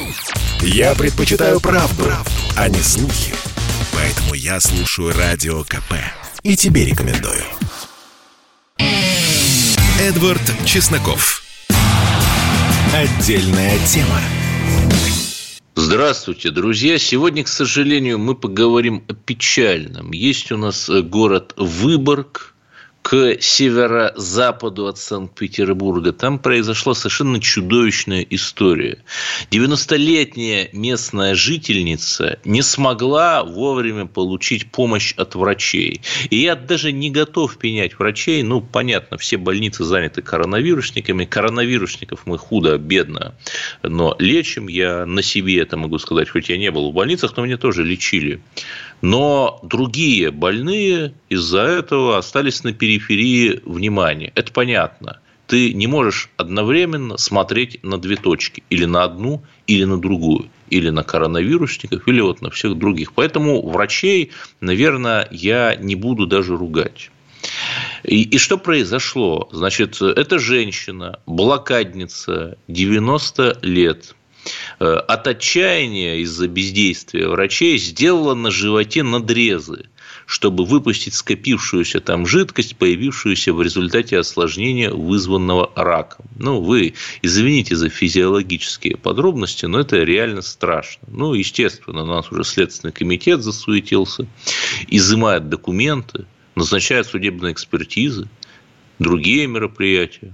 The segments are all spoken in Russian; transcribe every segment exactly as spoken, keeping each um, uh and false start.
Я предпочитаю правду, правду, а не слухи. Поэтому я слушаю Радио КП. И тебе рекомендую. Эдвард Чесноков. Отдельная тема. Здравствуйте, друзья. Сегодня, к сожалению, мы поговорим о печальном. Есть у нас город Выборг к северо-западу от Санкт-Петербурга. Там произошла совершенно чудовищная история. девяностолетняя местная жительница не смогла вовремя получить помощь от врачей. И я даже не готов пенять врачей. Ну, понятно, все больницы заняты коронавирусниками. Коронавирусников мы худо-бедно, но лечим. Я на себе это могу сказать, хоть я не был в больницах, но меня тоже лечили. Но другие больные из-за этого остались на периферии внимания. Это понятно. Ты не можешь одновременно смотреть на две точки. Или на одну, или на другую. Или на коронавирусников, или вот на всех других. Поэтому врачей, наверное, я не буду даже ругать. И, и что произошло? Значит, эта женщина, блокадница, девяносто лет, от отчаяния из-за бездействия врачей сделала на животе надрезы, чтобы выпустить скопившуюся там жидкость, появившуюся в результате осложнения, вызванного раком. Ну, вы извините за физиологические подробности, но это реально страшно. Ну, естественно, у нас уже Следственный комитет засуетился, изымает документы, назначает судебные экспертизы, другие мероприятия.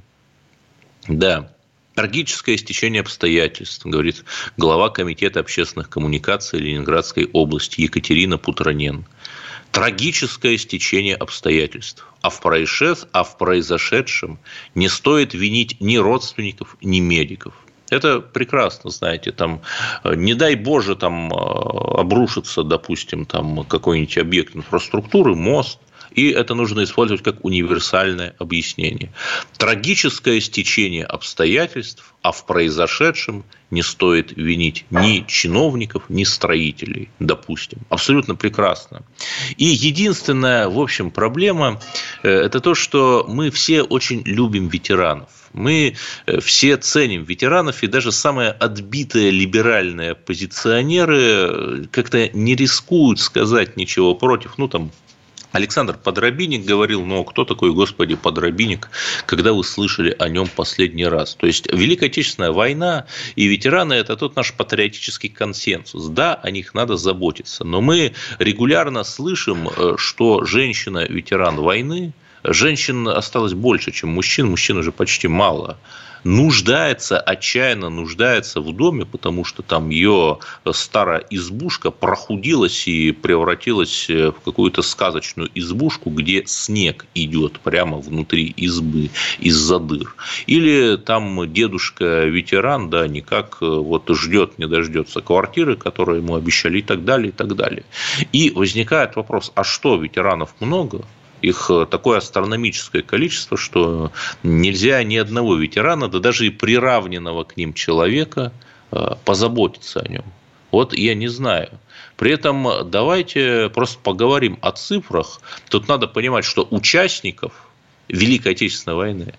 Да. Трагическое стечение обстоятельств, говорит глава Комитета общественных коммуникаций Ленинградской области Екатерина Путранен. Трагическое стечение обстоятельств. А в, происшед... а в произошедшем не стоит винить ни родственников, ни медиков. Это прекрасно, знаете, там, не дай Боже, там обрушится, допустим, там какой-нибудь объект инфраструктуры, мост, и это нужно использовать как универсальное объяснение. Трагическое стечение обстоятельств, а в произошедшем не стоит винить ни чиновников, ни строителей, допустим. Абсолютно прекрасно. И единственная, в общем, проблема – это то, что мы все очень любим ветеранов. Мы все ценим ветеранов, и даже самые отбитые либеральные оппозиционеры как-то не рискуют сказать ничего против, ну, там, Александр Подробинник говорил, ну, кто такой, господи, Подробинник, когда вы слышали о нем последний раз? То есть, Великая Отечественная война и ветераны – это тот наш патриотический консенсус. Да, о них надо заботиться, но мы регулярно слышим, что женщина-ветеран войны, женщин осталось больше, чем мужчин, мужчин уже почти мало, нуждается, отчаянно нуждается в доме, потому что там ее старая избушка прохудилась и превратилась в какую-то сказочную избушку, где снег идет прямо внутри избы из-за дыр. Или там дедушка-ветеран, да, никак вот ждет, не дождется квартиры, которую ему обещали, и так далее, и так далее. И возникает вопрос, а что, ветеранов много? Их такое астрономическое количество, что нельзя ни одного ветерана, да даже и приравненного к ним человека позаботиться о нем. Вот я не знаю. При этом давайте просто поговорим о цифрах. Тут надо понимать, что участников Великой Отечественной войны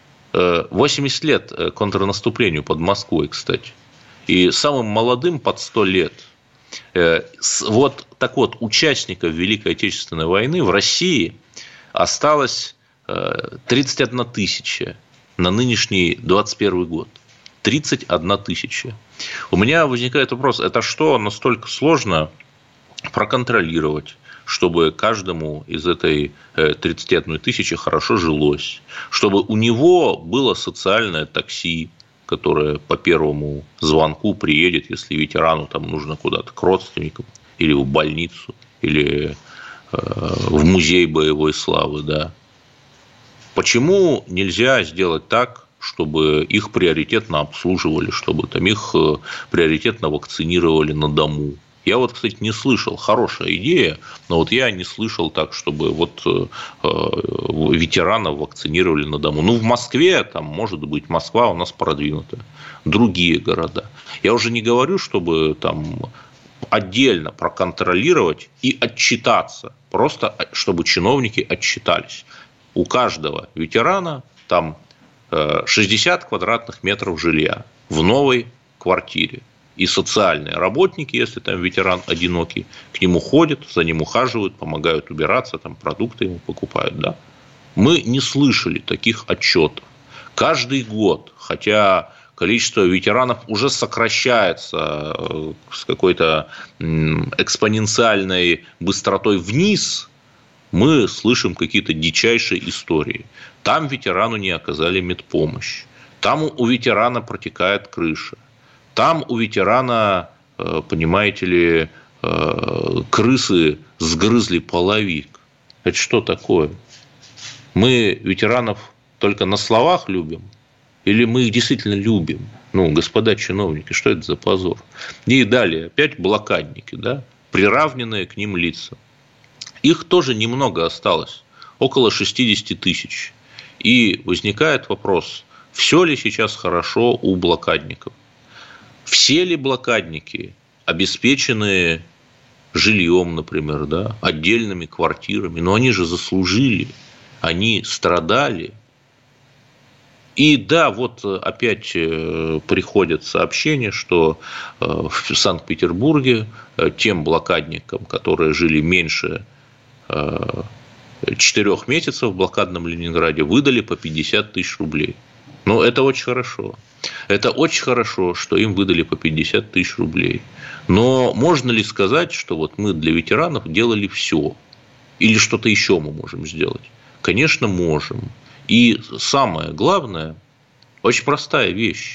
восемьдесят лет контрнаступлению под Москвой, кстати, и самым молодым под сто лет. Вот так вот, участников Великой Отечественной войны в России осталось тридцать одна тысяча на нынешний двадцать первый год. тридцать одна тысяча. У меня возникает вопрос, это что настолько сложно проконтролировать, чтобы каждому из этой тридцати одной тысячи хорошо жилось, чтобы у него было социальное такси, которое по первому звонку приедет, если ветерану там нужно куда-то к родственникам, или в больницу, или э, в музей боевой славы, да. Почему нельзя сделать так, чтобы их приоритетно обслуживали, чтобы там их приоритетно вакцинировали на дому? Я вот, кстати, не слышал, хорошая идея, но вот я не слышал так, чтобы вот э, ветеранов вакцинировали на дому. Ну, в Москве, там, может быть, Москва у нас продвинутая, другие города. Я уже не говорю, чтобы там отдельно проконтролировать и отчитаться, просто чтобы чиновники отчитались. У каждого ветерана там шестьдесят квадратных метров жилья в новой квартире. И социальные работники, если там ветеран одинокий, к нему ходят, за ним ухаживают, помогают убираться, там продукты ему покупают. Да? Мы не слышали таких отчетов. Каждый год, хотя количество ветеранов уже сокращается с какой-то экспоненциальной быстротой вниз, мы слышим какие-то дичайшие истории. Там ветерану не оказали медпомощь. Там у ветерана протекает крыша. Там у ветерана, понимаете ли, крысы сгрызли половик. Это что такое? Мы ветеранов только на словах любим? Или мы их действительно любим? Ну, господа чиновники, что это за позор? И далее, опять блокадники, да, приравненные к ним лица. Их тоже немного осталось, около шестьдесят тысяч. И возникает вопрос, все ли сейчас хорошо у блокадников? Все ли блокадники обеспечены жильем, например, да, отдельными квартирами? Но они же заслужили, они страдали. И да, вот опять приходят сообщения, что в Санкт-Петербурге тем блокадникам, которые жили меньше четырех месяцев в блокадном Ленинграде, выдали по пятьдесят тысяч рублей. Ну, это очень хорошо. Это очень хорошо, что им выдали по пятьдесят тысяч рублей. Но можно ли сказать, что вот мы для ветеранов делали все? Или что-то еще мы можем сделать? Конечно, можем. И самое главное, очень простая вещь.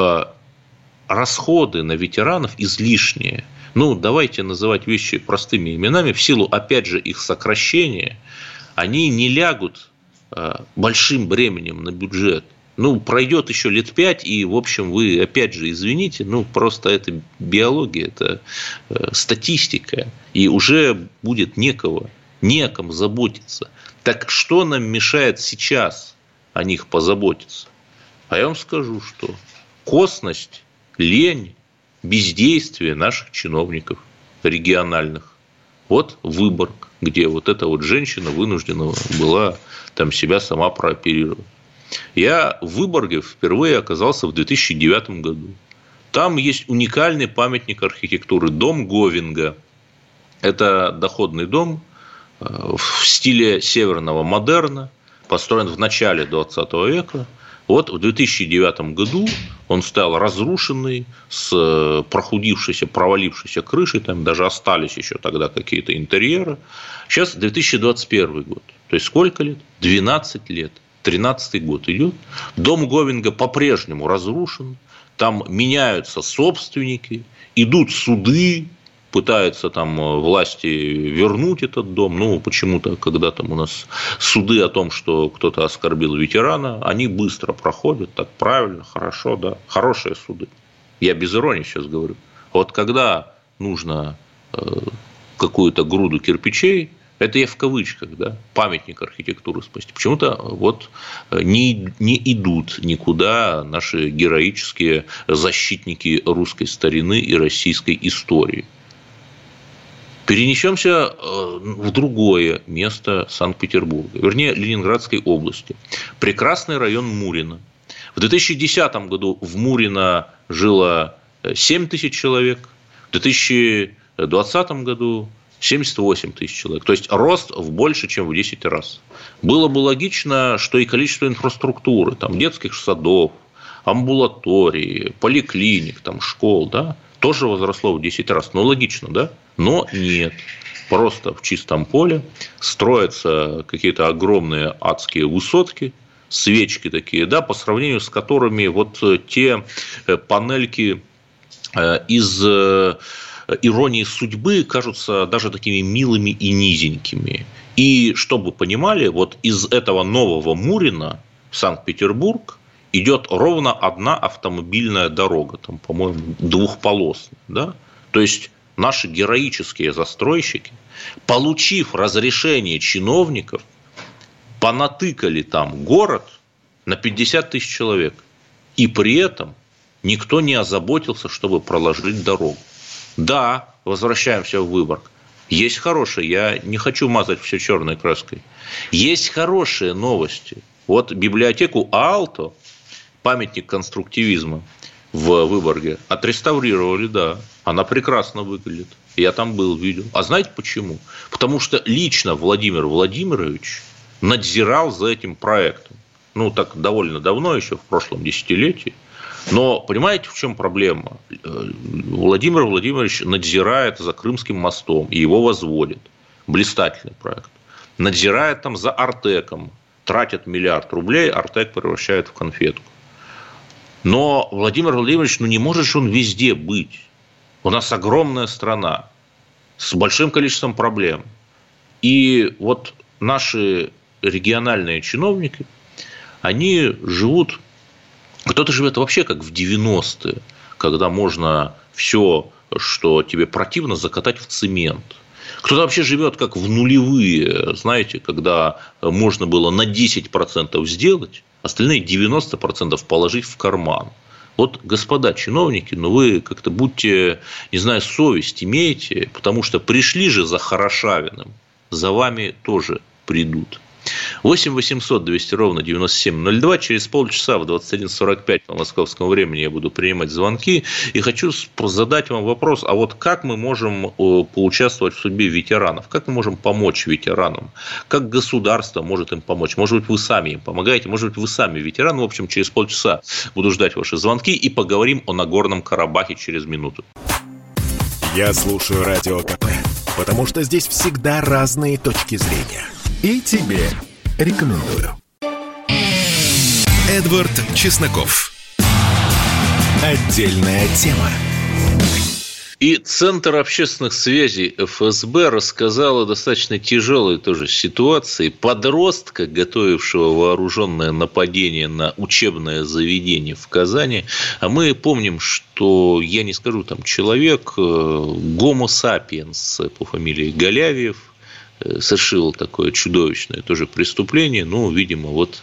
Расходы на ветеранов излишние. Ну, давайте называть вещи простыми именами. В силу, опять же, их сокращения, они не лягут большим бременем на бюджет. Ну, пройдет еще лет пять, и, в общем, вы, опять же, извините, ну, просто это биология, это статистика, и уже будет некого, не о ком заботиться. Так что нам мешает сейчас о них позаботиться? А я вам скажу, что косность, лень, бездействие наших чиновников региональных. Вот Выборг, где вот эта вот женщина вынуждена была там себя сама прооперировать. Я в Выборге впервые оказался в две тысячи девятом году. Там есть уникальный памятник архитектуры, дом Говинга. Это доходный дом в стиле северного модерна, построен в начале двадцатого века. Вот в две тысячи девятом году он стоял разрушенный, с прохудившейся, провалившейся крышей, там даже остались еще тогда какие-то интерьеры. Сейчас две тысячи двадцать первый год. То есть сколько лет? двенадцать лет. тринадцатый год идет. Дом Говинга по-прежнему разрушен. Там меняются собственники, идут суды, пытаются там власти вернуть этот дом. Ну, почему-то, когда там у нас суды о том, что кто-то оскорбил ветерана, они быстро проходят, так правильно, хорошо, да, хорошие суды. Я без иронии сейчас говорю. Вот когда нужно какую-то груду кирпичей, это я в кавычках, да, памятник архитектуры спасти. Почему-то вот не, не идут никуда наши героические защитники русской старины и российской истории. Перенесемся в другое место Санкт-Петербурга, вернее, Ленинградской области. Прекрасный район Мурино. В две тысячи десятом году в Мурино жило семь тысяч человек, в две тысячи двадцатом году семьдесят восемь тысяч человек. То есть рост в больше, чем в десять раз. Было бы логично, что и количество инфраструктуры, там, детских садов, амбулаторий, поликлиник, там, школ, да, тоже возросло в десять раз. Ну, логично, да? Но нет. Просто в чистом поле строятся какие-то огромные адские высотки, свечки такие, да, по сравнению с которыми вот те панельки из иронии судьбы кажутся даже такими милыми и низенькими. И чтобы вы понимали, вот из этого нового Мурино в Санкт-Петербург идет ровно одна автомобильная дорога, там, по-моему, двухполосная, да? То есть наши героические застройщики, получив разрешение чиновников, понатыкали там город на пятьдесят тысяч человек, и при этом никто не озаботился, чтобы проложить дорогу. Да, возвращаемся в Выборг. Есть хорошие, я не хочу мазать все черной краской. Есть хорошие новости. Вот библиотеку Аалто, памятник конструктивизма, в Выборге. Отреставрировали, да. Она прекрасно выглядит. Я там был, видел. А знаете почему? Потому что лично Владимир Владимирович надзирал за этим проектом. Ну, так довольно давно, еще в прошлом десятилетии. Но понимаете, в чем проблема? Владимир Владимирович надзирает за Крымским мостом, и его возводит. Блистательный проект. Надзирает там за Артеком. Тратят миллиард рублей, Артек превращает в конфетку. Но Владимир Владимирович, ну не может же он везде быть. У нас огромная страна с большим количеством проблем. И вот наши региональные чиновники, они живут... Кто-то живет вообще как в девяностые, когда можно все, что тебе противно, закатать в цемент. Кто-то вообще живет как в нулевые, знаете, когда можно было на десять процентов сделать, остальные девяносто процентов положить в карман. Вот, господа чиновники, ну вы как-то будьте, не знаю, совесть имеете, потому что пришли же за Хорошавиным, за вами тоже придут. восемь восемьсот двести ровно девяносто семь ноль два. Через полчаса в двадцать один сорок пять по московскому времени я буду принимать звонки. И хочу задать вам вопрос, а вот как мы можем поучаствовать в судьбе ветеранов? Как мы можем помочь ветеранам? Как государство может им помочь? Может быть, вы сами им помогаете? Может быть, вы сами ветераны? В общем, через полчаса буду ждать ваши звонки и поговорим о Нагорном Карабахе через минуту. Я слушаю Радио КП, потому что здесь всегда разные точки зрения. И тебе рекомендую. Эдвард Чесноков. Отдельная тема. И Центр общественных связей эф эс бэ рассказал о достаточно тяжелой тоже ситуации подростка, готовившего вооруженное нападение на учебное заведение в Казани. А мы помним, что, я не скажу, там человек, гомо сапиенс по фамилии Голявиев, совершил такое чудовищное тоже преступление, ну, видимо, вот,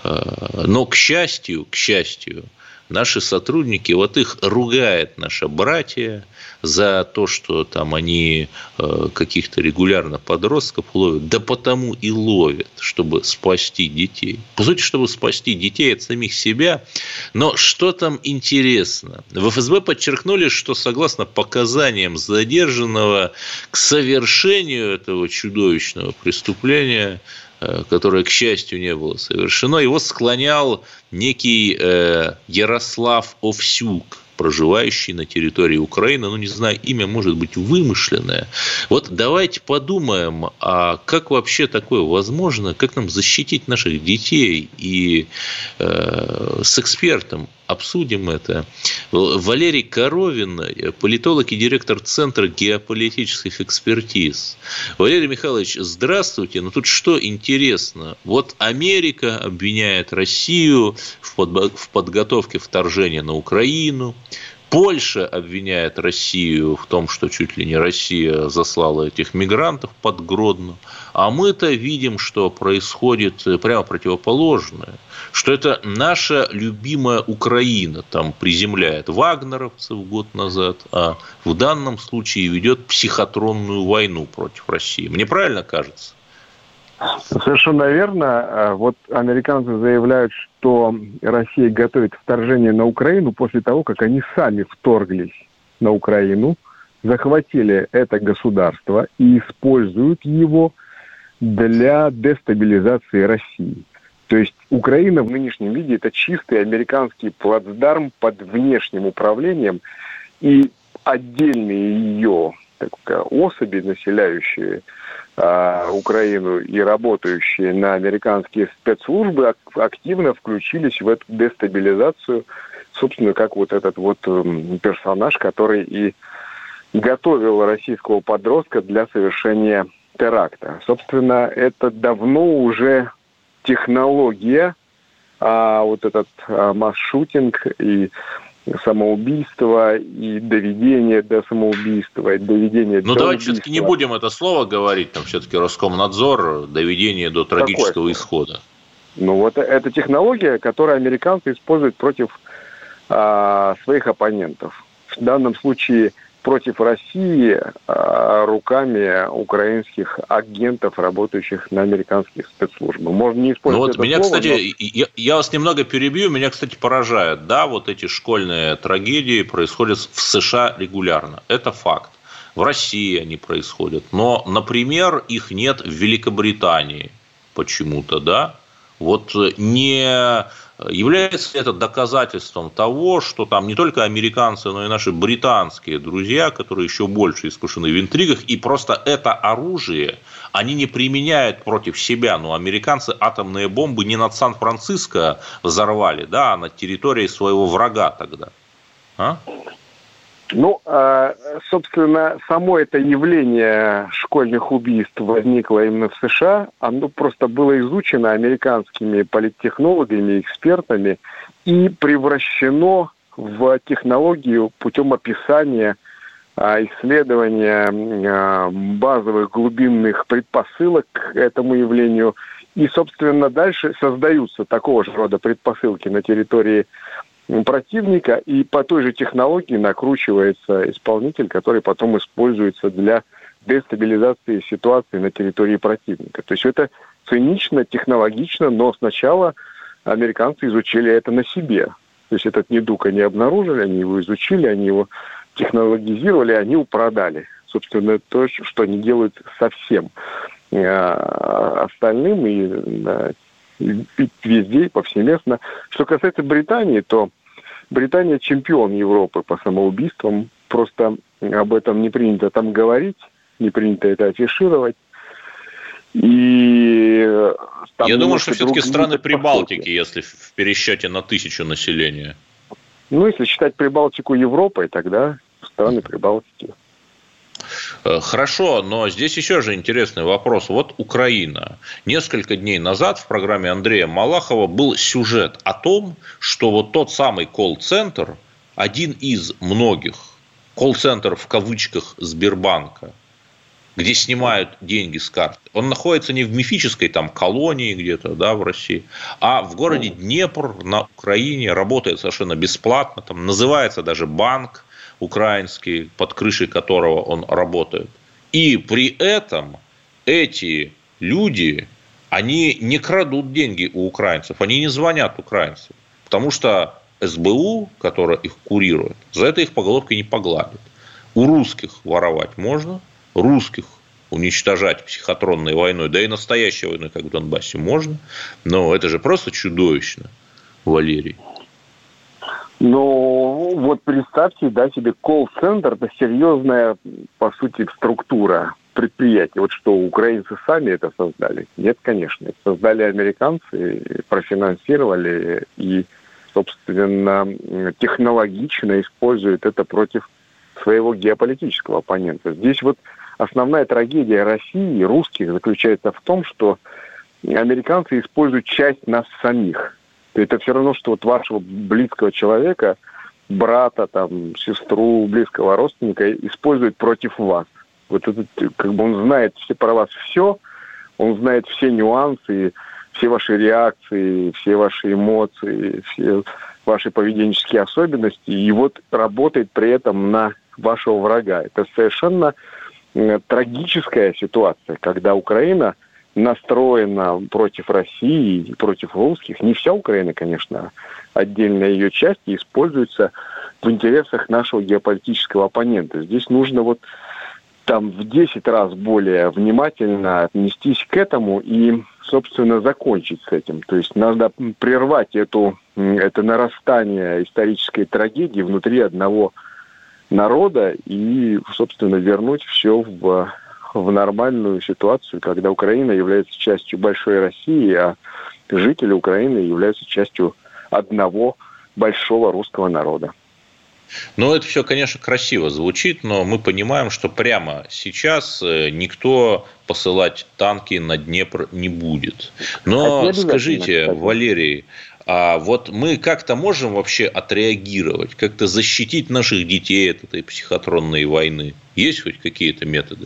но, к счастью, к счастью, наши сотрудники, вот их ругает наша братья за то, что там они каких-то регулярно подростков ловят, да потому и ловят, чтобы спасти детей. По сути, чтобы спасти детей от самих себя. Но что там интересно? В эф эс бэ подчеркнули, что согласно показаниям задержанного к совершению этого чудовищного преступления, которое, к счастью, не было совершено, его склонял некий э, Ярослав Овсюк, проживающий на территории Украины. Ну, не знаю, имя может быть вымышленное. Вот давайте подумаем, а как вообще такое возможно, как нам защитить наших детей, и э, с экспертом обсудим это. Валерий Коровин, политолог и директор Центра геополитических экспертиз. Валерий Михайлович, здравствуйте. Но тут что интересно? Вот Америка обвиняет Россию в, подго- в подготовке вторжения на Украину. Польша обвиняет Россию в том, что чуть ли не Россия заслала этих мигрантов под Гродно. А мы-то видим, что происходит прямо противоположное. Что это наша любимая Украина там приземляет вагнеровцев год назад, а в данном случае ведет психотронную войну против России. Мне правильно кажется? Совершенно верно. Вот американцы заявляют, что Россия готовит вторжение на Украину после того, как они сами вторглись на Украину, захватили это государство и используют его для дестабилизации России. То есть Украина в нынешнем виде – это чистый американский плацдарм под внешним управлением, и отдельные ее так, особи, населяющие а, Украину и работающие на американские спецслужбы, активно включились в эту дестабилизацию, собственно, как вот этот вот персонаж, который и готовил российского подростка для совершения теракта. Собственно, это давно уже технология, а вот этот а, масс-шутинг и самоубийство, и доведение до самоубийства, и доведение ну, до давайте убийства. все-таки не будем это слово говорить, там все-таки Роскомнадзор, доведение до трагического Какое исхода. Ну, вот это технология, которую американцы используют против а, своих оппонентов. В данном случае против России руками украинских агентов, работающих на американских спецслужбах. Можно не использовать ну, вот это меня, слово, кстати, но... я, я вас немного перебью, меня, кстати, поражает, да, вот эти школьные трагедии происходят в США регулярно. Это факт. В России они происходят. Но, например, их нет в Великобритании почему-то, да. Вот не является ли это доказательством того, что там не только американцы, но и наши британские друзья, которые еще больше искушены в интригах, и просто это оружие они не применяют против себя. Но американцы атомные бомбы не над Сан-Франциско взорвали, да, а над территорией своего врага тогда. А? Ну, собственно, само это явление школьных убийств возникло именно в США. Оно просто было изучено американскими политтехнологами, экспертами и превращено в технологию путем описания, исследования базовых глубинных предпосылок к этому явлению. И, собственно, дальше создаются такого же рода предпосылки на территории противника, и по той же технологии накручивается исполнитель, который потом используется для дестабилизации ситуации на территории противника. То есть это цинично, технологично, но сначала американцы изучили это на себе. То есть этот недуг они обнаружили, они его изучили, они его технологизировали, они его продали. Собственно, то, что они делают со всем остальным и везде, повсеместно. Что касается Британии, то Британия чемпион Европы по самоубийствам. Просто об этом не принято там говорить, не принято это афишировать. И там я думаю, что все-таки страны Прибалтики, подходки. Если в пересчете на тысячу населения. Ну, если считать Прибалтику Европой, тогда страны Прибалтики. Хорошо, но здесь еще же интересный вопрос. Вот Украина. Несколько дней назад в программе Андрея Малахова был сюжет о том, что вот тот самый колл-центр, один из многих колл-центров в кавычках Сбербанка, где снимают деньги с карты, он находится не в мифической там колонии где-то, да, в России, а в городе Днепр на Украине, работает совершенно бесплатно, там называется даже банк украинский, под крышей которого он работает. И при этом эти люди, они не крадут деньги у украинцев, они не звонят украинцам, потому что эс бэ у, которая их курирует, за это их по головке не погладит. У русских воровать можно, русских уничтожать психотронной войной, да и настоящей войной, как в Донбассе, можно, но это же просто чудовищно, Валерий. Ну, вот представьте, да, себе колл-центр, это серьезная, по сути, структура предприятия. Вот что, украинцы сами это создали? Нет, конечно. Это создали американцы, профинансировали и, собственно, технологично используют это против своего геополитического оппонента. Здесь вот основная трагедия России и русских заключается в том, что американцы используют часть нас самих. Это все равно, что вот вашего близкого человека, брата, там, сестру, близкого родственника используют против вас. Вот это, как бы он знает все про вас все, он знает все нюансы, все ваши реакции, все ваши эмоции, все ваши поведенческие особенности, и вот работает при этом на вашего врага. Это совершенно трагическая ситуация, когда Украина настроена против России и против русских. Не вся Украина, конечно, отдельная ее часть используется в интересах нашего геополитического оппонента. Здесь нужно вот там в десять раз более внимательно отнестись к этому и, собственно, закончить с этим. То есть надо прервать эту, это нарастание исторической трагедии внутри одного народа и, собственно, вернуть все в в нормальную ситуацию, когда Украина является частью большой России, а жители Украины являются частью одного большого русского народа. Ну, это все, конечно, красиво звучит, но мы понимаем, что прямо сейчас никто посылать танки на Днепр не будет. Но скажите, кстати, Валерий, а вот мы как-то можем вообще отреагировать, как-то защитить наших детей от этой психотронной войны? Есть хоть какие-то методы?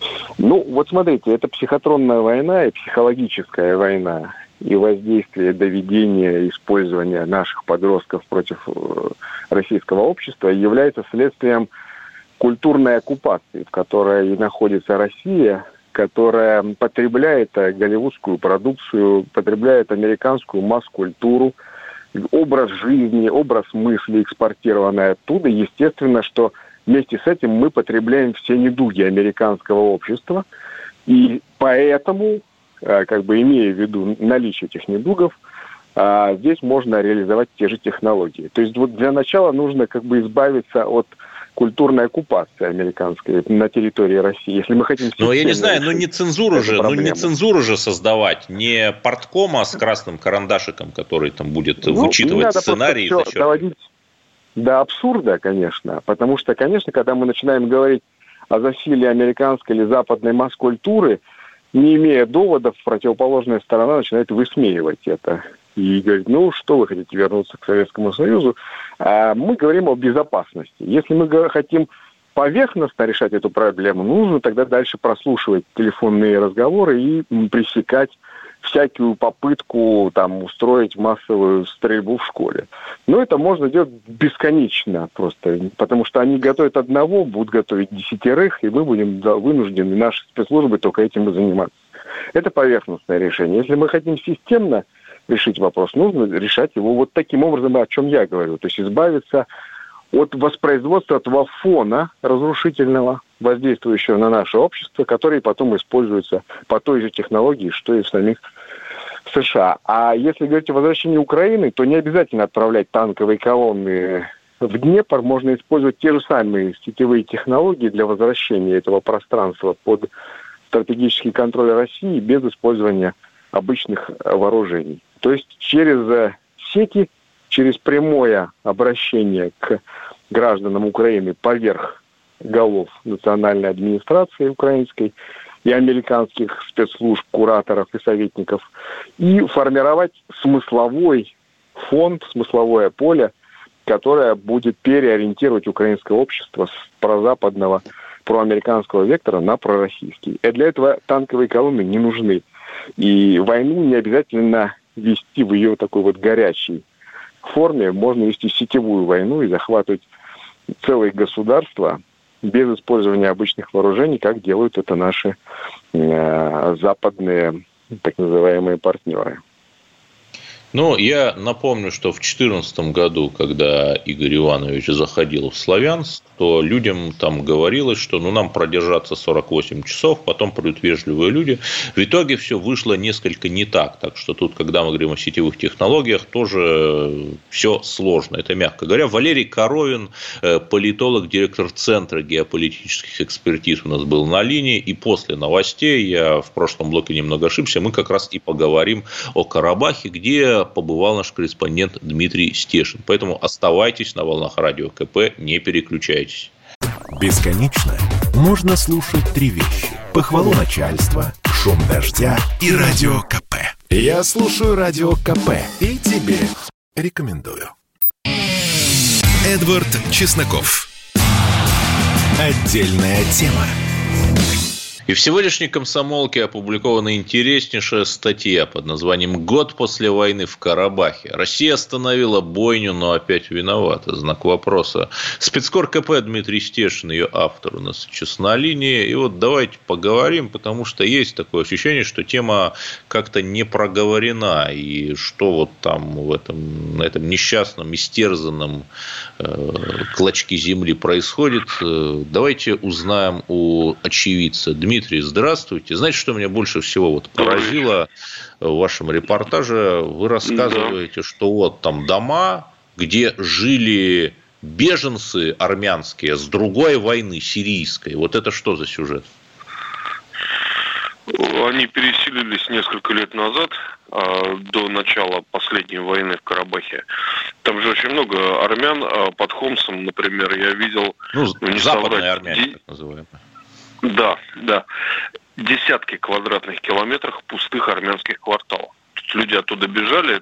Ну, вот смотрите, это психотронная война и психологическая война, и воздействие, доведение, использование наших подростков против российского общества является следствием культурной оккупации, в которой находится Россия, которая потребляет голливудскую продукцию, потребляет американскую масс-культуру, образ жизни, образ мысли, экспортированный оттуда. Естественно, что вместе с этим мы потребляем все недуги американского общества. И поэтому, как бы имея в виду наличие этих недугов, здесь можно реализовать те же технологии. То есть вот для начала нужно как бы избавиться от культурной оккупации американской на территории России. Если мы хотим... Но я не знаю, ну не цензуру же, ну не цензуру же создавать, не порткома с красным карандашиком, который там будет ну, вычитывать сценарий. Доводить до абсурда, конечно, потому что, конечно, когда мы начинаем говорить о засилии американской или западной масс-культуры, не имея доводов, противоположная сторона начинает высмеивать это. И говорит, ну, что вы хотите вернуться к Советскому Союзу? А мы говорим о безопасности. Если мы хотим поверхностно решать эту проблему, нужно тогда дальше прослушивать телефонные разговоры и пресекать всякую попытку там, устроить массовую стрельбу в школе. Но это можно делать бесконечно просто, потому что они готовят одного, будут готовить десятерых, и мы будем вынуждены, наши спецслужбы, только этим и заниматься. Это поверхностное решение. Если мы хотим системно решить вопрос, нужно решать его вот таким образом, о чем я говорю. То есть избавиться от воспроизводства этого фона разрушительного, воздействующего на наше общество, который потом используется по той же технологии, что и в самих США. А если говорить о возвращении Украины, то не обязательно отправлять танковые колонны в Днепр. Можно использовать те же самые сетевые технологии для возвращения этого пространства под стратегический контроль России без использования обычных вооружений. То есть через сети, через прямое обращение к гражданам Украины поверх голов национальной администрации украинской и американских спецслужб, кураторов и советников, и формировать смысловой фонд, смысловое поле, которое будет переориентировать украинское общество с прозападного, проамериканского вектора на пророссийский. И для этого танковые колонны не нужны. И войну не обязательно вести в ее такой вот горячей форме. Можно вести сетевую войну и захватывать целые государства без использования обычных вооружений, как делают это наши э, западные так называемые партнеры. Ну, я напомню, что в две тысячи четырнадцатом году, когда Игорь Иванович заходил в Славянск, то людям там говорилось, что ну, нам продержаться сорок восемь часов, потом придут вежливые люди. В итоге все вышло несколько не так. Так что тут, когда мы говорим о сетевых технологиях, тоже все сложно. Это мягко говоря. Валерий Коровин, политолог, директор Центра геополитических экспертиз у нас был на линии. И после новостей, я в прошлом блоке немного ошибся, мы как раз и поговорим о Карабахе, где побывал наш корреспондент Дмитрий Стешин. Поэтому оставайтесь на волнах радио КП, не переключайтесь. Бесконечно можно слушать три вещи: похвалу начальства, шум дождя и радио КП. Я слушаю радио КП и тебе рекомендую. Эдвард Чесноков. Отдельная тема. И в сегодняшней «Комсомолке» опубликована интереснейшая статья под названием «Год после войны в Карабахе. Россия остановила бойню, но опять виновата». Знак вопроса. Спецкор КП Дмитрий Стешин, ее автор, у нас сейчас на линии. И вот давайте поговорим, потому что есть такое ощущение, что тема как-то не проговорена. И что вот там в этом, на этом несчастном, истерзанном э, клочке земли происходит, э, давайте узнаем у очевидца. Дмитрий, Дмитрий, здравствуйте. Знаете, что меня больше всего вот поразило в вашем репортаже? Вы рассказываете, да. что вот там дома, где жили беженцы армянские с другой войны, сирийской. Вот это что за сюжет? Они переселились несколько лет назад, до начала последней войны в Карабахе. Там же очень много армян. Под Хомсом, например, я видел... Ну, западные соврать, армяне, так называемые. Да, да. Десятки квадратных километров пустых армянских кварталов. Тут люди оттуда бежали,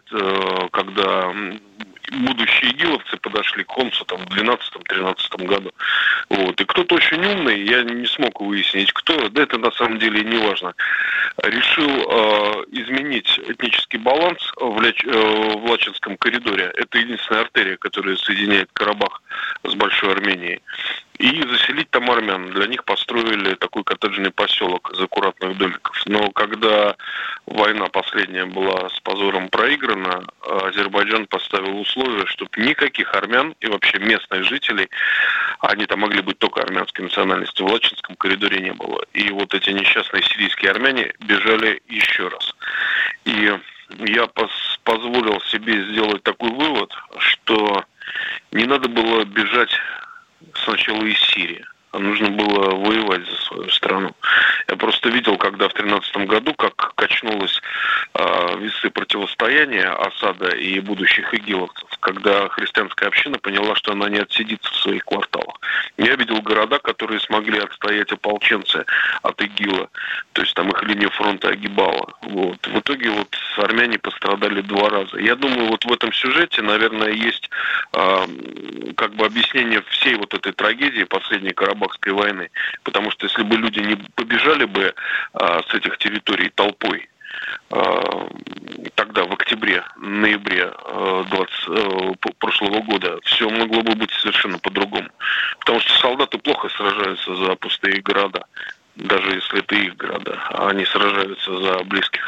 когда будущие игиловцы подошли к Хомсу там, в двенадцатом-тринадцатом году. Вот. И кто-то очень умный, я не смог выяснить, кто, да это на самом деле не важно, решил э, изменить этнический баланс в, Ляч, э, в Лачинском коридоре. Это единственная артерия, которая соединяет Карабах с Большой Арменией. И заселить там армян. Для них построили такой коттеджный поселок из аккуратных домиков. Но когда война последняя была с позором проиграна, Азербайджан поставил условие, чтобы никаких армян и вообще местных жителей, они там могли быть только армянской национальности, в Лачинском коридоре не было. И вот эти несчастные сирийские армяне бежали еще раз. И я пос- позволил себе сделать такой вывод, что не надо было бежать сначала из Сирии, а нужно было воевать за свою страну. Я просто видел, когда в тринадцатом году, как качнулось э, весы противостояния Асада и будущих игиловцев, когда христианская община поняла, что она не отсидится в своих кварталах. Я видел города, которые смогли отстоять ополченцы от ИГИЛа, то есть там их линия фронта огибала. Вот. В итоге вот армяне пострадали два раза. Я думаю, вот в этом сюжете, наверное, есть э, как бы объяснение всей вот этой трагедии последней Карабахской войны. Потому что если бы люди не побежали бы э, с этих территорий толпой, тогда в октябре, ноябре двадцатого прошлого года все могло бы быть совершенно по-другому. Потому что солдаты плохо сражаются за пустые города, даже если это их города, а они сражаются за близких.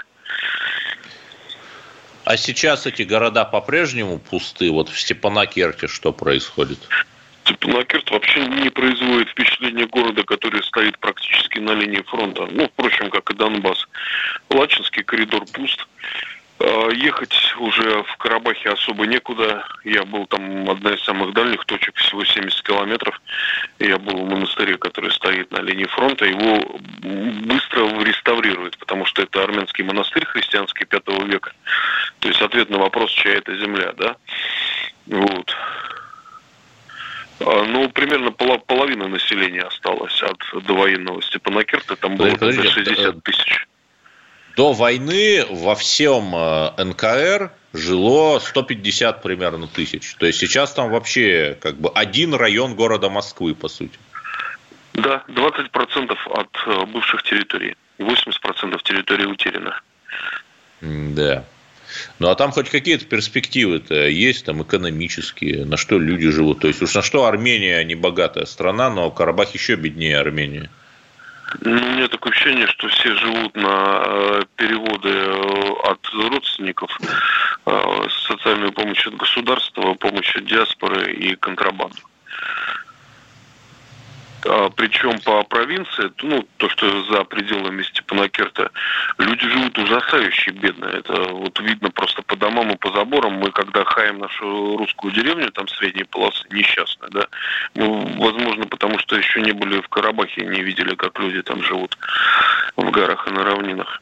А сейчас эти города по-прежнему пусты? Вот в Степанакерте что происходит? Степанакерт вообще не производит впечатление города, который стоит практически на линии фронта. Ну, впрочем, как и Донбасс. Лачинский коридор пуст. Ехать уже в Карабахе особо некуда. Я был там, одна из самых дальних точек, всего семьдесят километров. Я был в монастыре, который стоит на линии фронта. Его быстро реставрируют, потому что это армянский монастырь христианский пятого века. То есть ответ на вопрос, чья это земля, да? Вот. Ну, примерно половина населения осталось от довоенного Степанакерта. Там было шестьдесят тысяч. До войны во всем эн ка эр жило сто пятьдесят примерно тысяч. То есть сейчас там вообще как бы один район города Москвы, по сути. Да, двадцать процентов от бывших территорий. восемьдесят процентов территории утеряно. Да. Ну, а там хоть какие-то перспективы-то есть, там, экономические, на что люди живут? То есть, уж на что Армения не богатая страна, но Карабах еще беднее Армении. Ну, у меня такое ощущение, что все живут на переводы от родственников, социальную помощь от государства, помощь от диаспоры и контрабанду. Причем по провинции, ну, то, что за пределами Степанакерта, люди живут ужасающе бедно. Это вот видно просто по домам и по заборам. Мы, когда хаем нашу русскую деревню, там средней полосы, несчастные, да, ну, возможно, потому что еще не были в Карабахе, не видели, как люди там живут в горах и на равнинах.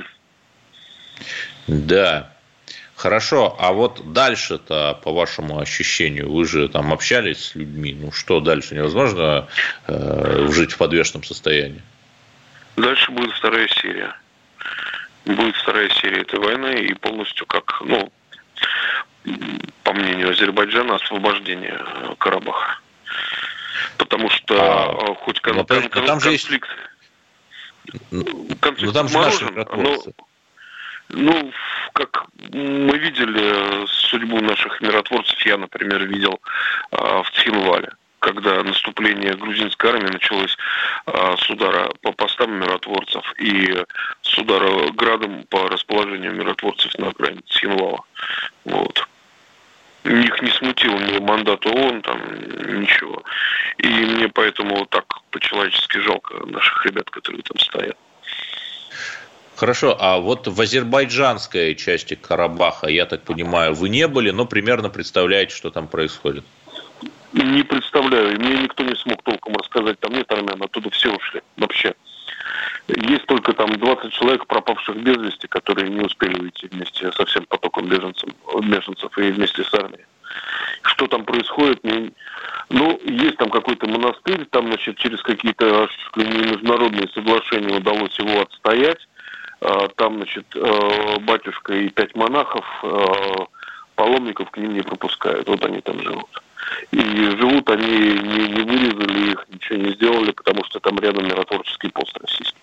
Да. Хорошо, а вот дальше-то, по вашему ощущению, вы же там общались с людьми, ну что дальше, невозможно э, жить в подвешенном состоянии? Дальше будет вторая серия. Будет вторая серия этой войны и полностью как, ну, по мнению Азербайджана, освобождение Карабаха. Потому что а, хоть кон- но, кон- кон- там конфликт... Же... конфликт но там же наши миротворцы. Ну, как мы видели судьбу наших миротворцев, я, например, видел а, в Цхинвале, когда наступление грузинской армии началось а, с удара по постам миротворцев и с удара градом по расположению миротворцев на окраине Цхинвала. Вот. Их не смутил ни мандат ООН, там, ничего. И мне поэтому вот так по-человечески жалко наших ребят, которые там стоят. Хорошо, а вот в азербайджанской части Карабаха, я так понимаю, вы не были, но примерно представляете, что там происходит? Не представляю, и мне никто не смог толком рассказать, там нет армян, оттуда все ушли вообще. Есть только там двадцать человек, пропавших без вести, которые не успели уйти вместе со всем потоком беженцев, беженцев и вместе с армией. Что там происходит? Не... Ну, есть там какой-то монастырь, там, значит, через какие-то международные соглашения удалось его отстоять. Там, значит, батюшка и пять монахов, паломников к ним не пропускают. Вот они там живут. И живут они, не, не вырезали их, ничего не сделали, потому что там рядом миротворческий пост российский.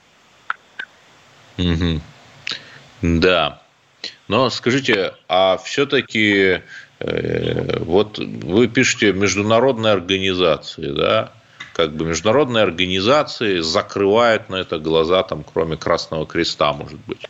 Угу. Да. Но скажите, а все-таки э, вот вы пишете международные организации, да? Как бы международные организации закрывают на это глаза, там, кроме Красного Креста, может быть.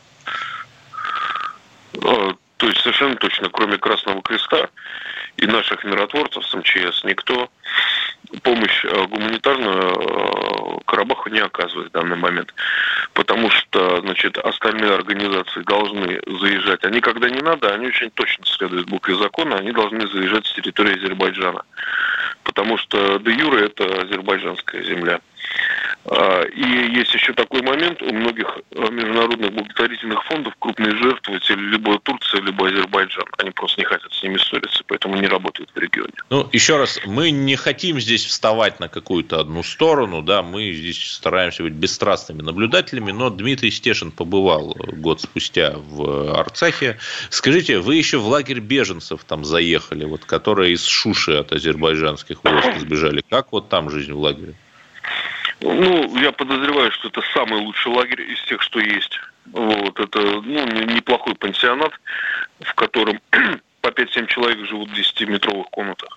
То есть совершенно точно, кроме Красного Креста и наших миротворцев с эм че эс, никто помощь гуманитарную Карабаху не оказывает в данный момент. Потому что, значит, остальные организации должны заезжать. Они, когда не надо, они очень точно следуют букве закона, они должны заезжать с территории Азербайджана. Потому что де юре это азербайджанская земля. И есть еще такой момент, у многих международных благотворительных фондов крупные жертвователи либо Турция, либо Азербайджан. Они просто не хотят с ними ссориться, поэтому не работают в регионе. Ну, еще раз, мы не хотим здесь вставать на какую-то одну сторону, да, мы здесь стараемся быть бесстрастными наблюдателями, но Дмитрий Стешин побывал год спустя в Арцахе. Скажите, вы еще в лагерь беженцев там заехали, вот, которые из Шуши от азербайджанских войск сбежали. Как вот там жизнь в лагере? Ну, я подозреваю, что это самый лучший лагерь из тех, что есть. Вот, это, ну, неплохой пансионат, в котором по пять-семь человек живут в десятиметровых комнатах.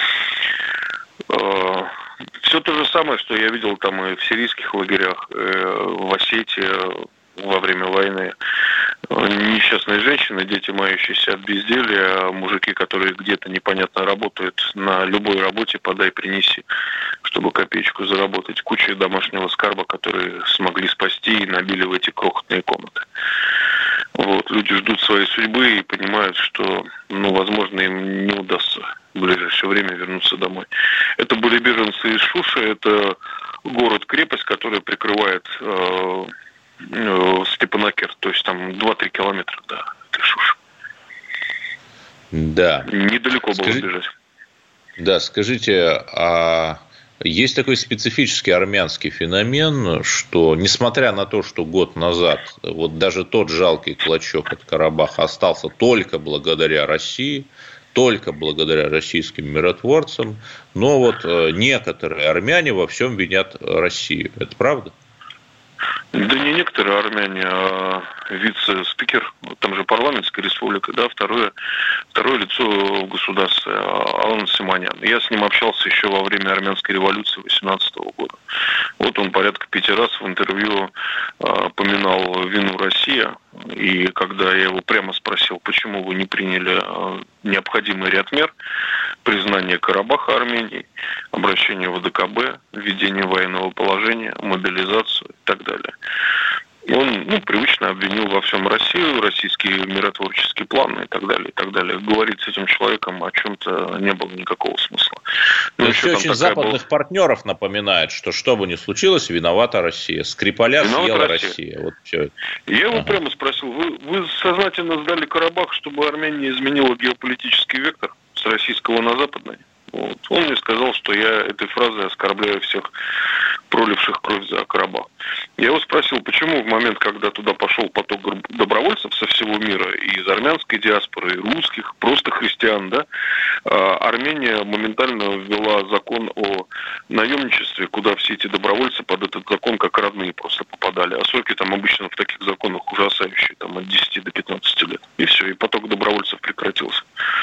Все то же самое, что я видел там и в сирийских лагерях, в Осетии во время войны. Несчастные женщины, дети, мающиеся от безделья, мужики, которые где-то непонятно работают на любой работе, подай, принеси, чтобы копеечку заработать. Куча домашнего скарба, которые смогли спасти и набили в эти крохотные комнаты. Вот. Люди ждут своей судьбы и понимают, что, ну, возможно, им не удастся в ближайшее время вернуться домой. Это были беженцы из Шуши, это город-крепость, которая прикрывает э, э, Степанакерт, то есть там два-три километра до этой Шуши. Да. Недалеко Скажи... было бежать. Да, скажите, а есть такой специфический армянский феномен, что, несмотря на то, что год назад вот даже тот жалкий клочок от Карабаха остался только благодаря России, только благодаря российским миротворцам, но вот некоторые армяне во всем винят Россию. Это правда? Да не некоторые армяне, а вице-спикер, там же парламентская республика, да, второе, второе лицо в государстве, Алан Симонян. Я с ним общался еще во время армянской революции восемнадцатого года. Вот он порядка пяти раз в интервью а, поминал вину России, и когда я его прямо спросил, почему вы не приняли а, необходимый ряд мер, признание Карабаха Армении, обращение в ВДКБ, введение военного положения, мобилизацию и так далее. Он, ну, привычно обвинил во всем Россию, российские миротворческие планы и так далее, и так далее. Говорить с этим человеком о чем-то не было никакого смысла. Но еще очень такая западных была... партнеров напоминает, что что бы ни случилось, виновата Россия. Скрипаля виновата съела Россия. Россия. Вот все. Я его ага. прямо спросил, вы, вы сознательно сдали Карабах, чтобы Армения изменила геополитический вектор с российского на западный? Вот. Он мне сказал, что я этой фразой оскорбляю всех проливших кровь за Карабах. Я его спросил, почему в момент, когда туда пошел поток добровольцев со всего мира, и из армянской диаспоры, и русских, просто христиан, да, Армения моментально ввела закон о наемничестве, куда все эти добровольцы под этот закон как родные просто попадали. А сроки там обычно в таких законах ужасающие, там от десяти до пятнадцати лет. И все, и поток добровольцев прекратился.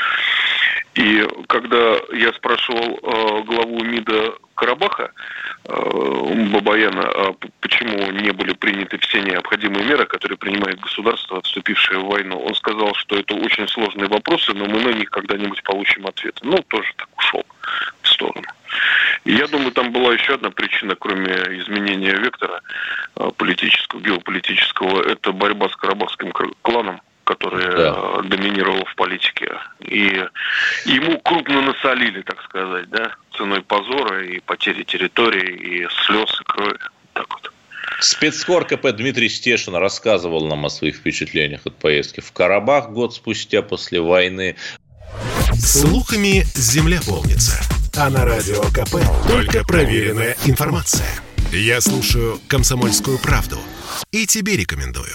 И когда я спрашивал э, главу МИДа Карабаха, э, Бабаяна, э, почему не были приняты все необходимые меры, которые принимает государство, вступившее в войну, он сказал, что это очень сложные вопросы, но мы на них когда-нибудь получим ответы. Ну, тоже так ушел в сторону. И я думаю, там была еще одна причина, кроме изменения вектора э, политического, геополитического, это борьба с карабахским кланом, который да. доминировал в политике. И ему крупно насолили, так сказать, да, ценой позора и потери территории, и слез, и крови. Так вот. Спецкор ка пэ Дмитрий Стешин рассказывал нам о своих впечатлениях от поездки в Карабах год спустя после войны. Слухами земля полнится. А на радио ка пэ только проверенная информация. Я слушаю «Комсомольскую правду» и тебе рекомендую.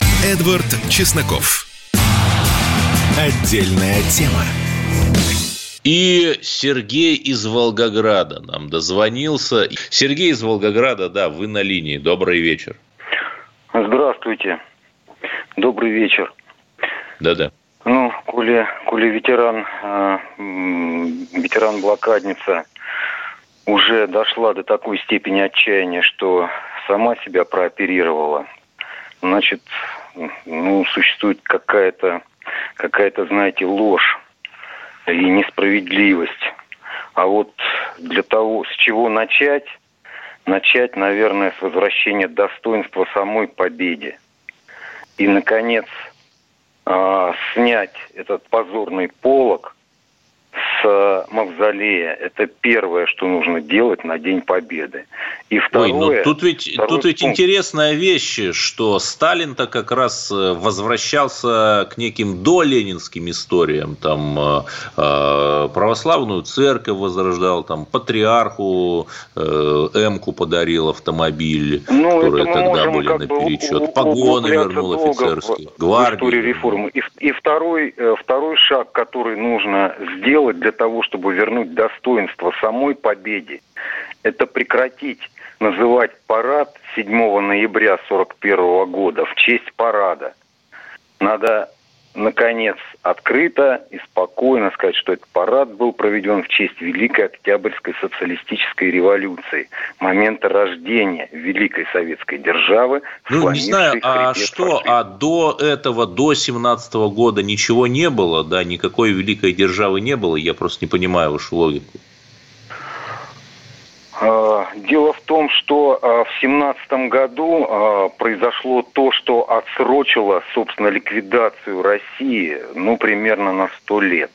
Эдвард Чесноков. Отдельная тема. И Сергей из Волгограда нам дозвонился. Сергей из Волгограда, да, вы на линии. Добрый вечер. Здравствуйте. Добрый вечер. Да-да. Ну, коли, коли ветеран, э, ветеран-блокадница уже дошла до такой степени отчаяния, что сама себя прооперировала, значит, ну, существует какая-то, какая-то, знаете, ложь и несправедливость. А вот для того, с чего начать, начать, наверное, с возвращения достоинства самой победе. И, наконец, э, снять этот позорный полог с мавзолея. Это первое, что нужно делать на День Победы. И второе... Ой, ну тут ведь, тут ведь пункт. интересная вещь, что Сталин-то как раз возвращался к неким доленинским историям. Там э, православную церковь возрождал, там патриарху э, Эмку подарил автомобиль, ну, которые тогда были наперечет. Погоны вернул офицерские, гвардию. Реформы. И, и второй, второй шаг, который нужно сделать для того, чтобы вернуть достоинство самой победе, это прекратить называть парад седьмого ноября сорок первого года в честь парада. Надо, наконец, открыто и спокойно сказать, что этот парад был проведен в честь Великой Октябрьской социалистической революции, момента рождения Великой Советской державы. Ну, не знаю, а что, а до этого, до семнадцатого года ничего не было, да, никакой великой державы не было, я просто не понимаю вашу логику. Дело в том, что в семнадцатом году произошло то, что отсрочило, собственно, ликвидацию России, ну, примерно на сто лет.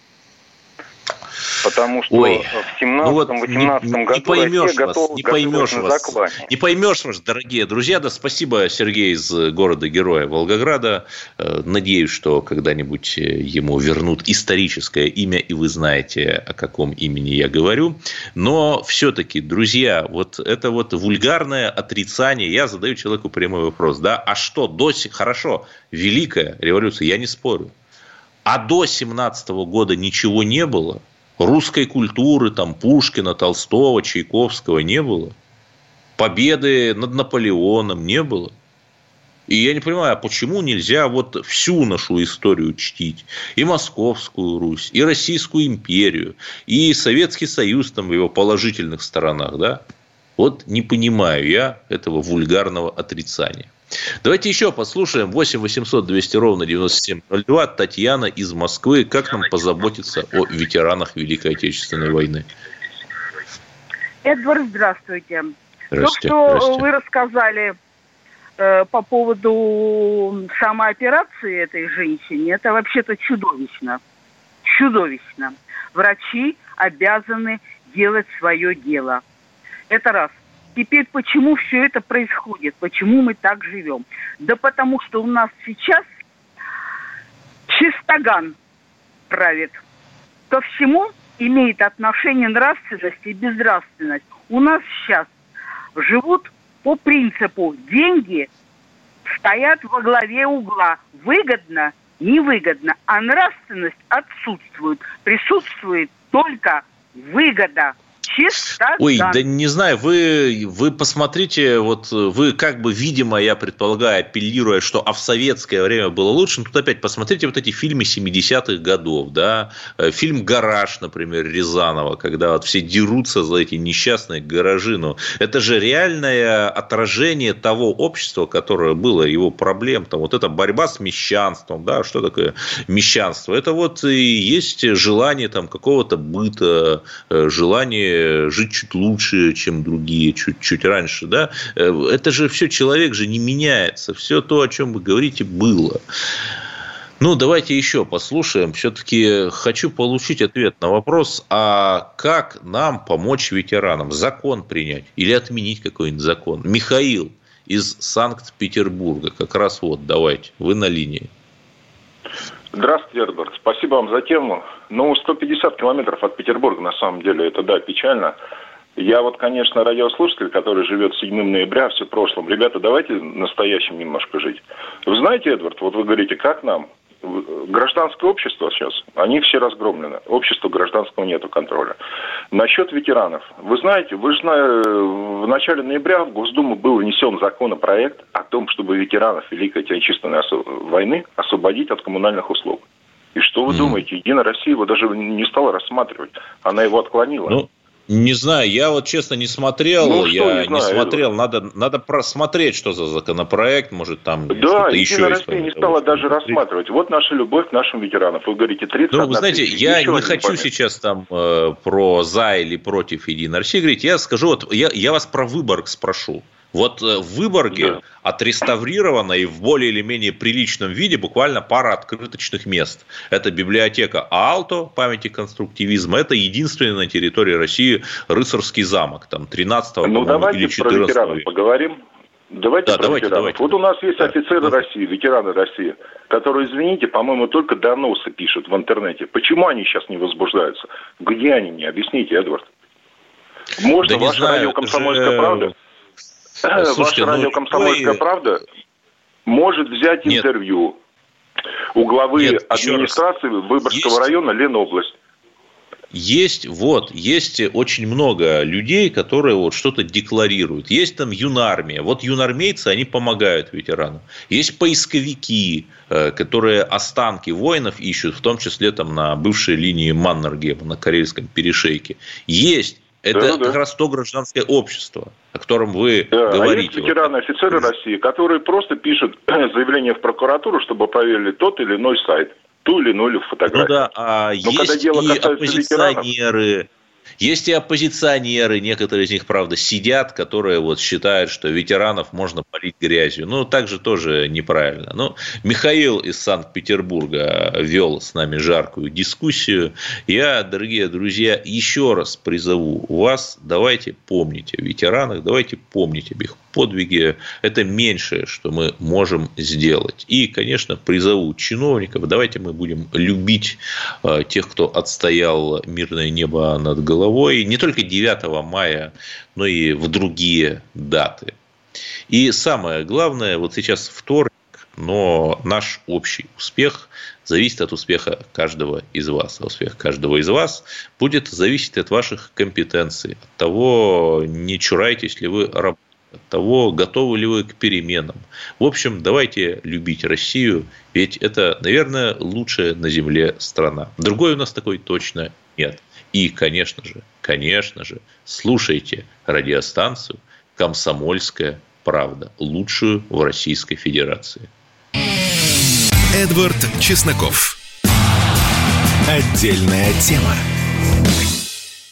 Потому что Ой, в семнадцатом-восемнадцатом ну вот году не поймешь Россия вас, готова, не поймешь вас, заклание. Не поймешь вас, дорогие друзья. Да, спасибо, Сергей из города-героя Волгограда. Надеюсь, что когда-нибудь ему вернут историческое имя, и вы знаете, о каком имени я говорю. Но все-таки, друзья, вот это вот вульгарное отрицание. Я задаю человеку прямой вопрос. Да? А что, до сих... Хорошо, Великая революция, я не спорю. А до семнадцатого года ничего не было? Русской культуры, там, Пушкина, Толстого, Чайковского не было. Победы над Наполеоном не было. И я не понимаю, а почему нельзя вот всю нашу историю чтить? И Московскую Русь, и Российскую империю, и Советский Союз там, в его положительных сторонах. Да? Вот не понимаю я этого вульгарного отрицания. Давайте еще послушаем. восемь восемьсот двести ровно девяносто семь ноль два. Татьяна из Москвы. Как нам позаботиться о ветеранах Великой Отечественной войны? Эдвард, здравствуйте. Здравствуйте. То, что Здравствуйте. вы рассказали э, по поводу самой операции этой женщине, это вообще-то чудовищно. Чудовищно. Врачи обязаны делать свое дело. Это раз. Теперь почему все это происходит? Почему мы так живем? Да потому что у нас сейчас чистоган правит. Ко всему имеет отношение нравственность и безнравственность. У нас сейчас живут по принципу деньги стоят во главе угла. Выгодно, невыгодно, а нравственность отсутствует. Присутствует только выгода. Чистоган. Ой, да не знаю, вы, вы посмотрите, вот вы как бы, видимо, я предполагаю, апеллируя, что а в советское время было лучше, но тут опять посмотрите вот эти фильмы семидесятых годов, да, фильм «Гараж», например, Рязанова, когда вот все дерутся за эти несчастные гаражи, но это же реальное отражение того общества, которое было, его проблем, там вот эта борьба с мещанством, да, что такое мещанство, это вот и есть желание там какого-то быта, желание жить чуть лучше, чем другие, чуть-чуть раньше, да, это же все, человек же не меняется, все то, о чем вы говорите, было. Ну, давайте еще послушаем, все-таки хочу получить ответ на вопрос, а как нам помочь ветеранам, закон принять или отменить какой-нибудь закон? Михаил из Санкт-Петербурга, как раз вот, давайте, вы на линии. Здравствуйте, Эдвард. Спасибо вам за тему. Ну, сто пятьдесят километров от Петербурга, на самом деле, это, да, печально. Я вот, конечно, радиослушатель, который живет седьмого ноября, все в прошлом. Ребята, давайте настоящим немножко жить. Вы знаете, Эдвард, вот вы говорите, как нам? Гражданское общество сейчас, они все разгромлены. Общества гражданского нету контроля. Насчет ветеранов. Вы знаете, вы же знаете, в начале ноября в Госдуму был внесен законопроект о том, чтобы ветеранов Великой Отечественной войны освободить от коммунальных услуг. И что вы mm. думаете, Единая Россия его даже не стала рассматривать. Она его отклонила. Ну, не знаю, я вот честно не смотрел, ну, я не, знаю, не смотрел, надо, надо просмотреть, что за законопроект, может там да, что-то еще Единая Россия не стала даже рассматривать. Вот наша любовь к нашим ветеранам. Вы говорите, тридцать Ну, вы знаете, тысяча. я Ничего не хочу не сейчас там э, про за или против Единой России говорить, я скажу, вот я, я вас про Выборг спрошу. Вот в Выборге да. отреставрировано и в более или менее приличном виде буквально пара открыточных мест. Это библиотека Аалто, памяти конструктивизма. Это единственный на территории России рыцарский замок. Там тринадцатого ну, давайте или четырнадцатого про ветеранов поговорим. Давайте да, про давайте, ветеранов. давайте. Вот у нас есть да. офицеры да. России, ветераны России, которые, извините, по-моему, только доносы пишут в интернете. Почему они сейчас не возбуждаются? Где они мне? Объясните, Эдвард. Можно да ваше радио «Комсомольская же... правда»? Слушайте, Ваша радио «Комсомольская вы... правда» может взять Нет. интервью у главы Нет, администрации Выборгского есть... района Ленобласть. Есть, вот, есть очень много людей, которые вот что-то декларируют. Есть там юнармия. Вот юнармейцы, они помогают ветеранам. Есть поисковики, которые останки воинов ищут, в том числе там на бывшей линии Маннергейма, на Карельском перешейке. Есть. Это да, да. как раз то гражданское общество, о котором вы да, говорите. А есть ветераны, офицеры России, которые просто пишут заявление в прокуратуру, чтобы проверили тот или иной сайт, ту или иную фотографию. Ну да, а Но есть и оппозиционеры, ветеранов... есть и оппозиционеры, некоторые из них, правда, сидят, которые вот считают, что ветеранов можно полить грязью. Ну, так же тоже неправильно. Ну, Михаил из Санкт-Петербурга вел с нами жаркую дискуссию. Я, дорогие друзья, еще раз призову вас, давайте помнить о ветеранах, давайте помнить об их подвиге. Это меньшее, что мы можем сделать. И, конечно, призову чиновников, давайте мы будем любить э, тех, кто отстоял мирное небо над головой. головой не только девятого мая, но и в другие даты. И самое главное, вот сейчас вторник, но наш общий успех зависит от успеха каждого из вас. А успех каждого из вас будет зависеть от ваших компетенций, от того, не чураетесь ли вы работы, от того, готовы ли вы к переменам. В общем, давайте любить Россию, ведь это, наверное, лучшая на земле страна. Другой у нас такой точно нет. И, конечно же, конечно же, слушайте радиостанцию «Комсомольская правда», лучшую в Российской Федерации. Эдвард Чесноков. Отдельная тема.